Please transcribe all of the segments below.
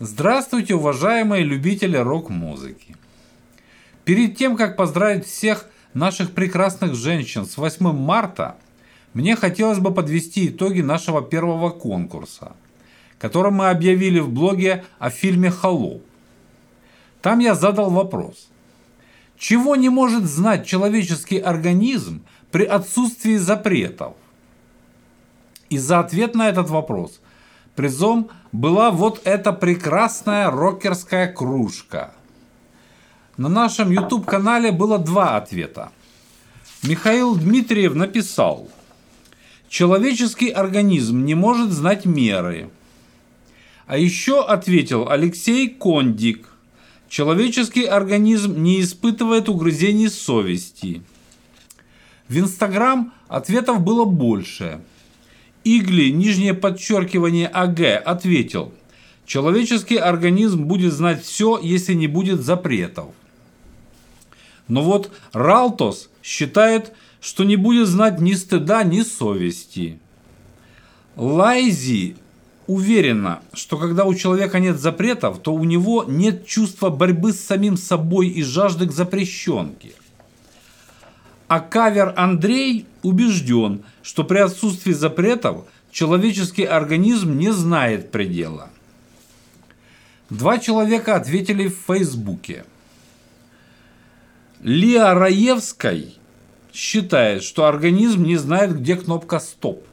Здравствуйте, уважаемые любители рок-музыки! Перед тем, как поздравить всех наших прекрасных женщин с 8 марта, мне хотелось бы подвести итоги нашего первого конкурса, который мы объявили в блоге о фильме «Холоп». Там я задал вопрос: чего не может знать человеческий организм при отсутствии запретов? И за ответ на этот вопрос призом была вот эта прекрасная рокерская кружка. На нашем YouTube-канале было два ответа. Михаил Дмитриев написал: человеческий организм не может знать меры. А еще ответил Алексей Кондик: человеческий организм не испытывает угрызений совести. В Инстаграм ответов было больше. Игли, нижнее подчеркивание АГ, ответил: человеческий организм будет знать все, если не будет запретов. Но вот Ралтос считает, что не будет знать ни стыда, ни совести. Лайзи уверена, что когда у человека нет запретов, то у него нет чувства борьбы с самим собой и жажды к запрещенке. А кавер Андрей убежден, что при отсутствии запретов человеческий организм не знает предела. Два человека ответили в Фейсбуке. Лиа Раевской считает, что организм не знает, где кнопка «Стоп».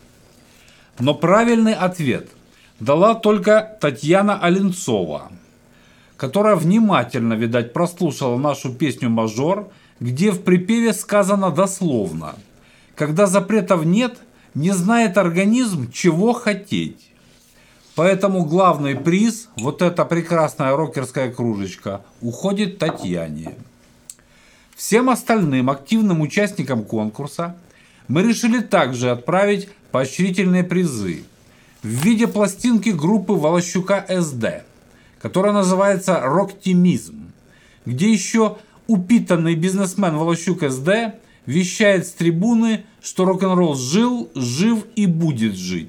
Но правильный ответ дала только Татьяна Оленцова, которая внимательно, видать, прослушала нашу песню «Мажор», где в припеве сказано дословно: когда запретов нет, не знает организм, чего хотеть. Поэтому главный приз, вот эта прекрасная рокерская кружечка, уходит Татьяне. Всем остальным активным участникам конкурса мы решили также отправить поощрительные призы в виде пластинки группы Волощука СД, которая называется «Роктимизм», где еще упитанный бизнесмен Волощук СД вещает с трибуны, что рок-н-ролл жил, жив и будет жить.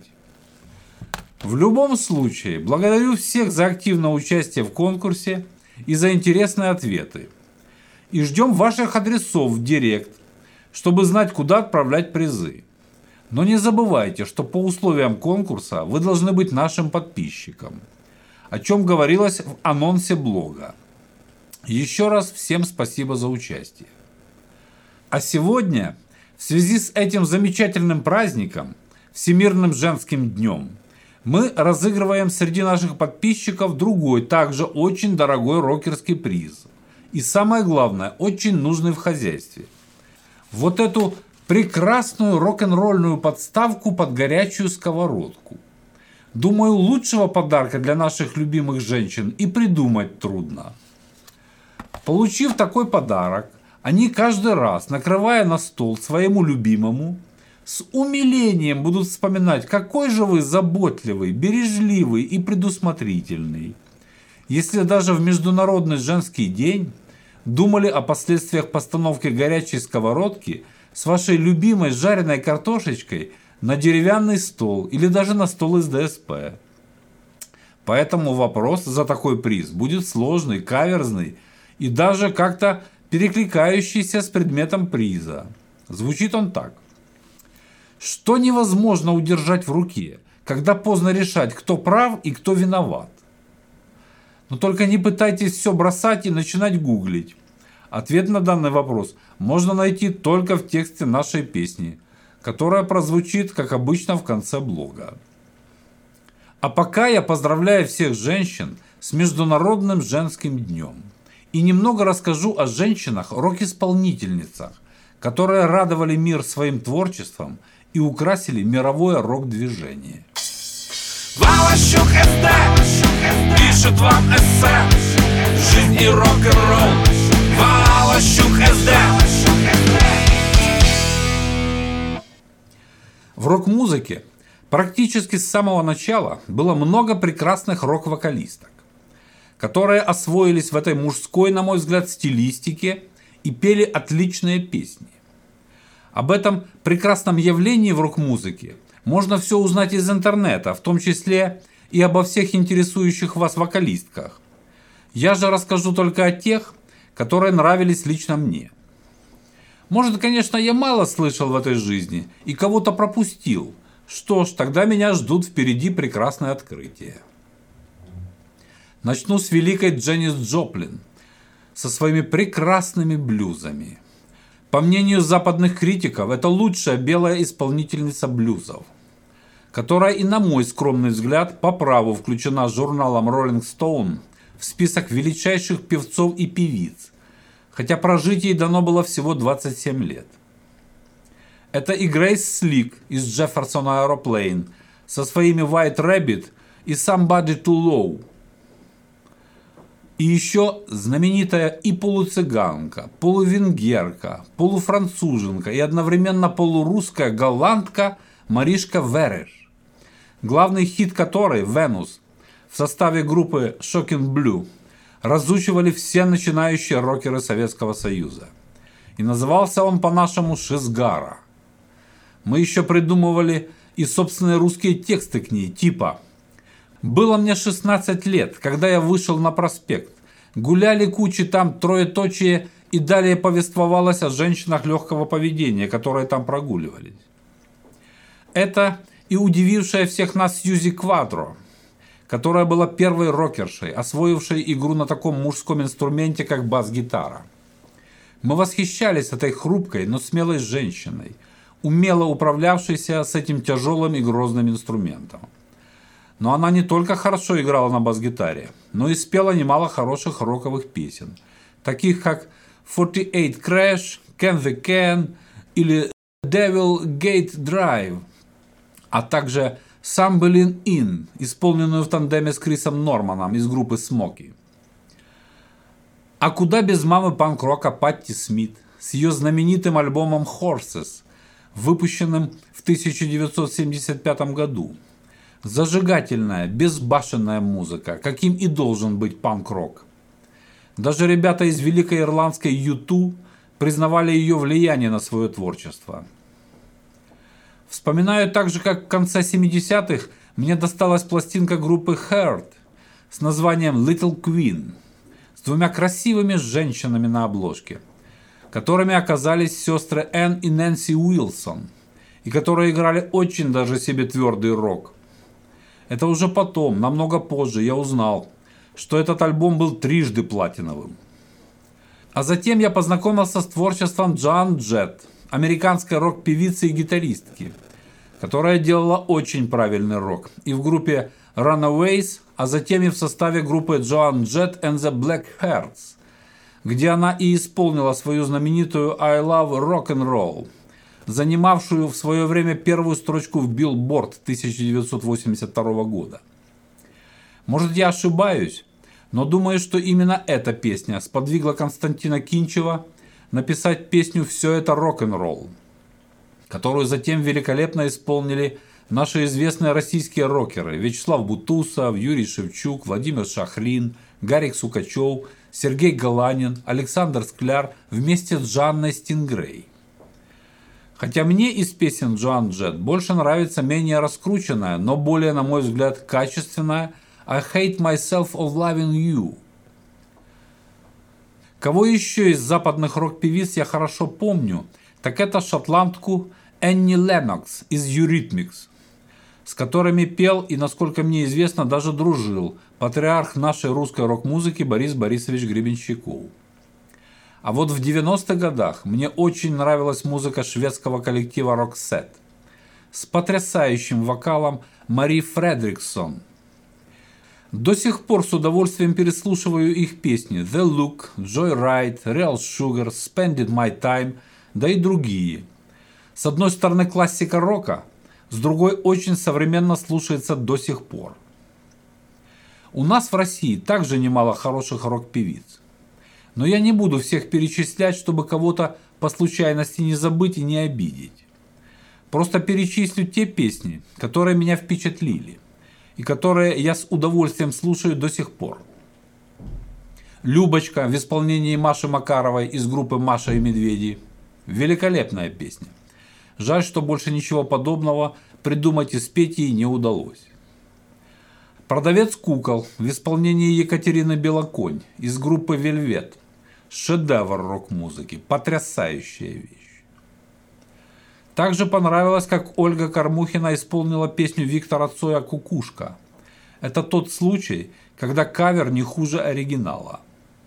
В любом случае, благодарю всех за активное участие в конкурсе и за интересные ответы. И ждем ваших адресов в директ, чтобы знать, куда отправлять призы. Но не забывайте, что по условиям конкурса вы должны быть нашим подписчиком, о чем говорилось в анонсе блога. Еще раз всем спасибо за участие. А сегодня, в связи с этим замечательным праздником, Всемирным женским днем, мы разыгрываем среди наших подписчиков другой, также очень дорогой рокерский приз. И самое главное, очень нужный в хозяйстве. Вот эту прекрасную рок-н-ролльную подставку под горячую сковородку. Думаю, лучшего подарка для наших любимых женщин и придумать трудно. Получив такой подарок, они каждый раз, накрывая на стол своему любимому, с умилением будут вспоминать, какой же вы заботливый, бережливый и предусмотрительный. Если даже в Международный женский день думали о последствиях постановки горячей сковородки с вашей любимой жареной картошечкой на деревянный стол или даже на стол из ДСП. Поэтому вопрос за такой приз будет сложный, каверзный и даже как-то перекликающийся с предметом приза. Звучит он так. Что невозможно удержать в руке, когда поздно решать, кто прав и кто виноват? Но только не пытайтесь все бросать и начинать гуглить. Ответ на данный вопрос можно найти только в тексте нашей песни, которая прозвучит, как обычно, в конце блога. А пока я поздравляю всех женщин с Международным женским днем. И немного расскажу о женщинах-рок-исполнительницах, которые радовали мир своим творчеством и украсили мировое рок-движение. Волощук СД пишет вам эссе «Жизнь и рок-н-ролл». Волощук СД. В рок-музыке практически с самого начала было много прекрасных рок-вокалисток, которые освоились в этой мужской, на мой взгляд, стилистике и пели отличные песни. Об этом прекрасном явлении в рок-музыке можно все узнать из интернета, в том числе и обо всех интересующих вас вокалистках. Я же расскажу только о тех, которые нравились лично мне. Может, конечно, я мало слышал в этой жизни и кого-то пропустил. Что ж, тогда меня ждут впереди прекрасные открытия. Начну с великой Дженнис Джоплин со своими прекрасными блюзами. По мнению западных критиков, это лучшая белая исполнительница блюзов, которая и на мой скромный взгляд по праву включена журналом Rolling Stone в список величайших певцов и певиц, хотя прожить ей дано было всего 27 лет. Это и Грейс Слик из Jefferson Aeroplane со своими White Rabbit и Somebody Too Low. И еще знаменитая и полуцыганка, полувенгерка, полуфранцуженка и одновременно полурусская голландка Маришка Вереш, главный хит которой «Венус» в составе группы Shocking Blue разучивали все начинающие рокеры Советского Союза. И назывался он по-нашему «Шизгара». Мы еще придумывали и собственные русские тексты к ней, типа «Было мне 16 лет, когда я вышел на проспект. Гуляли кучи там троеточие, и далее повествовалось о женщинах легкого поведения, которые там прогуливались». Это и удивившая всех нас Сьюзи Квадро, которая была первой рокершей, освоившей игру на таком мужском инструменте, как бас-гитара. Мы восхищались этой хрупкой, но смелой женщиной, умело управлявшейся с этим тяжелым и грозным инструментом. Но она не только хорошо играла на бас-гитаре, но и спела немало хороших роковых песен, таких как 48 Crash, Can the Can или Devil Gate Drive, а также Stumbling In, исполненную в тандеме с Крисом Норманом из группы Смоки. А куда без мамы панк-рока Патти Смит с ее знаменитым альбомом Horses, выпущенным в 1975 году. Зажигательная, безбашенная музыка, каким и должен быть панк-рок. Даже ребята из великой ирландской U2 признавали ее влияние на свое творчество. Вспоминаю также, как в конце 70-х мне досталась пластинка группы Heart с названием Little Queen с двумя красивыми женщинами на обложке, которыми оказались сестры Энн и Нэнси Уилсон, и которые играли очень даже себе твердый рок. Это уже потом, намного позже, я узнал, что этот альбом был трижды платиновым. А затем я познакомился с творчеством Джоан Джетт, американской рок-певицы и гитаристки, которая делала очень правильный рок и в группе Runaways, а затем и в составе группы Joan Jett and the Blackhearts, где она и исполнила свою знаменитую I Love Rock'n'Roll, занимавшую в свое время первую строчку в Billboard 1982 года. Может, я ошибаюсь, но думаю, что именно эта песня сподвигла Константина Кинчева написать песню «Все это рок-н-ролл», которую затем великолепно исполнили наши известные российские рокеры Вячеслав Бутусов, Юрий Шевчук, Владимир Шахрин, Гарик Сукачев, Сергей Галанин, Александр Скляр вместе с Жанной Стингрей. Хотя мне из песен Joan Jett больше нравится менее раскрученная, но более, на мой взгляд, качественная I Hate Myself of Loving You. Кого еще из западных рок-певиц я хорошо помню, так это шотландку Энни Леннокс из Eurythmics, с которыми пел и, насколько мне известно, даже дружил патриарх нашей русской рок-музыки Борис Борисович Гребенщиков. А вот в 90-х годах мне очень нравилась музыка шведского коллектива Roxette с потрясающим вокалом Мари Фредриксон. До сих пор с удовольствием переслушиваю их песни The Look, Joyride, Real Sugar, Spending My Time, да и другие. С одной стороны классика рока, с другой очень современно слушается до сих пор. У нас в России также немало хороших рок-певиц. Но я не буду всех перечислять, чтобы кого-то по случайности не забыть и не обидеть. Просто перечислю те песни, которые меня впечатлили и которые я с удовольствием слушаю до сих пор. «Любочка» в исполнении Маши Макаровой из группы «Маша и Медведи». Великолепная песня. Жаль, что больше ничего подобного придумать и спеть ей не удалось. Продавец кукол в исполнении Екатерины Белоконь из группы «Вельвет». Шедевр рок-музыки, потрясающая вещь. Также понравилось, как Ольга Кормухина исполнила песню Виктора Цоя «Кукушка». Это тот случай, когда кавер не хуже оригинала.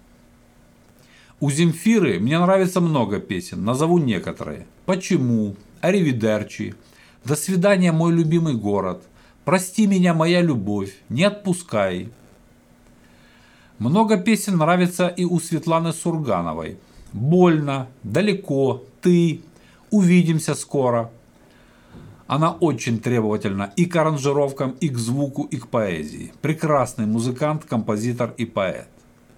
У Земфиры мне нравится много песен, назову некоторые. «Почему?», «Аривидерчи», «До свидания, мой любимый город», «Прости меня, моя любовь», «Не отпускай». Много песен нравится и у Светланы Сургановой. «Больно», «Далеко», «Ты», «Увидимся скоро». Она очень требовательна и к аранжировкам, и к звуку, и к поэзии. Прекрасный музыкант, композитор и поэт.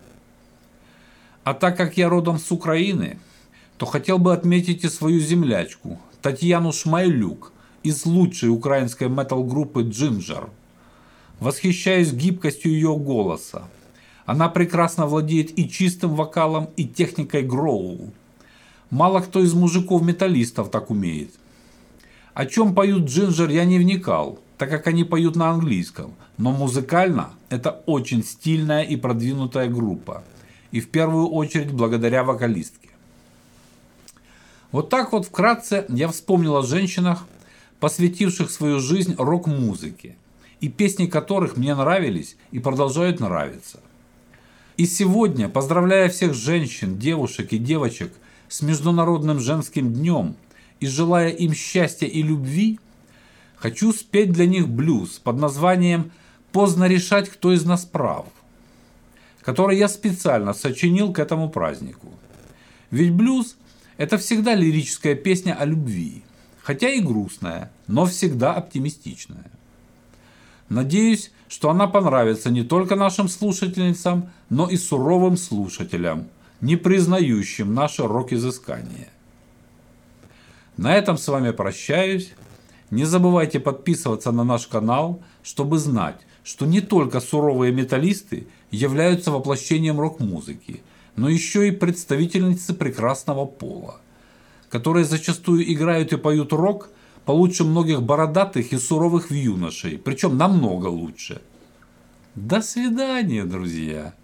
А так как я родом с Украины, то хотел бы отметить и свою землячку, Татьяну Шмайлюк, из лучшей украинской метал-группы «Джинджер». Восхищаюсь гибкостью ее голоса. Она прекрасно владеет и чистым вокалом, и техникой гроул. Мало кто из мужиков-металлистов так умеет. О чем поют «Джинджер» я не вникал, так как они поют на английском, но музыкально это очень стильная и продвинутая группа. И в первую очередь благодаря вокалистке. Вот так вот вкратце я вспомнил о женщинах, посвятивших свою жизнь рок-музыке, и песни которых мне нравились и продолжают нравиться. И сегодня, поздравляя всех женщин, девушек и девочек с Международным женским днем и желая им счастья и любви, хочу спеть для них блюз под названием «Поздно решать, кто из нас прав», который я специально сочинил к этому празднику. Ведь блюз – это всегда лирическая песня о любви, хотя и грустная, но всегда оптимистичная. Надеюсь, что она понравится не только нашим слушательницам, но и суровым слушателям, не признающим наши рок-изыскания. На этом с вами прощаюсь. Не забывайте подписываться на наш канал, чтобы знать, что не только суровые металлисты являются воплощением рок-музыки, но еще и представительницы прекрасного пола, которые зачастую играют и поют рок получше многих бородатых и суровых юношей, причем намного лучше. До свидания, друзья!